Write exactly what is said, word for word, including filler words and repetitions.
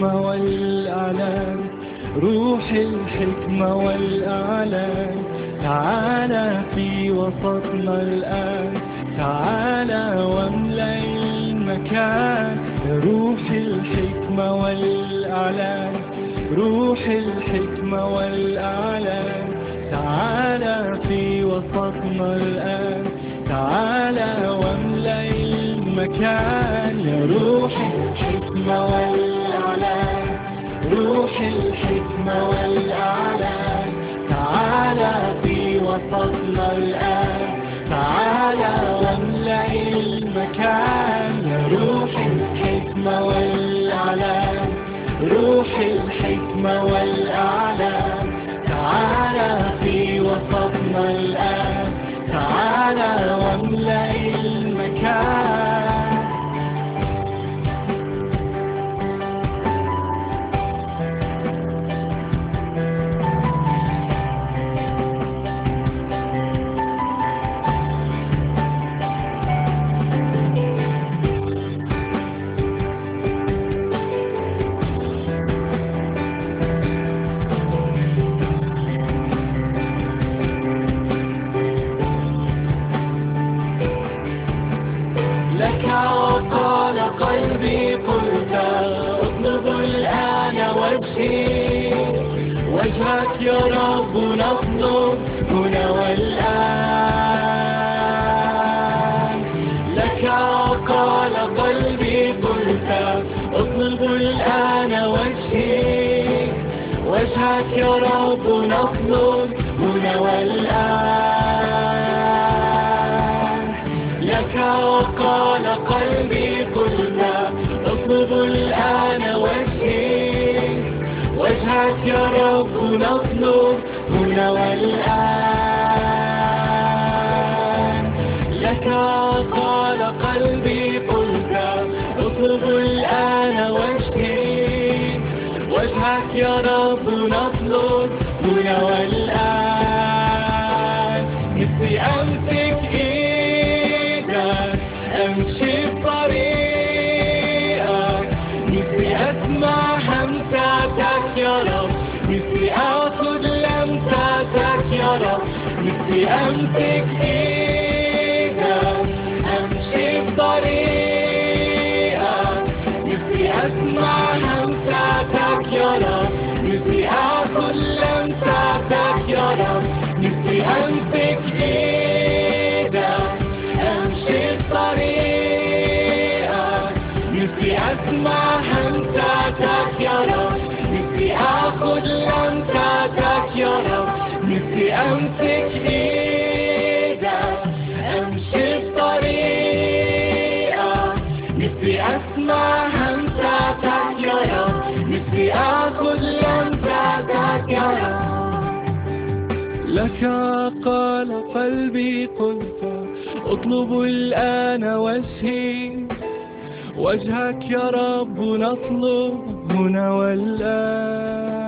الحكمة والإعلان، روح الحكمة والإعلان، تعالى في وسطنا الآن، تعالى واملأ المكان. روح الحكمة والإعلان، روح الحكمة والإعلان، تعالى في وسطنا الآن، تعالى واملأ المكان. يا روح الحكمة والإعلان، روح الحكمة والإعلان، تعالى في وسطنا الآن، تعالى واملأ المكان. يا روح الحكمة والإعلان، روح الحكمة والإعلان، تعالى في وسطنا الآن، تعالى واملأ المكان. لك وقال قلبي قلت اطلب الآن وجهي، وجهك يا رب نطلب هنا والآن. لك وقال قلبي قلت اطلب الآن وجهي، وجهك يا رب نطلب هنا والآن. لك وقال قلبي قلت اطلب الآن وجهي، وجهك يا رب نطلب هنا والآن. لك وقال قلبي قلت اطلب الآن وجهي، وجهك يا رب نطلب هنا والآن. نفسي أمسك إيدك أمشي بطريقك، نفسي أسمع همساتك يا رب، نفسي أخذ لمساتك يا رب. نفسي أمسك إيدك أمشي بطريقك، نفسي أسمع همساتك يا رب، نفسي أخذ لمساتك يا رب. نفسي أمسك إيدك أمشي بطريقك، نفسي أسمع همساتك يا رب، نفسي أخذ لمساتك يا رب. نفسي أمسك إيدك أمشي بطريقك، نفسي أسمع همساتك يا رب، نفسي أخذ لمساتك يا رب. لك قال قلبي قلت اطلب الآن وجهي، وجهك يا رب نطلب هنا والآن.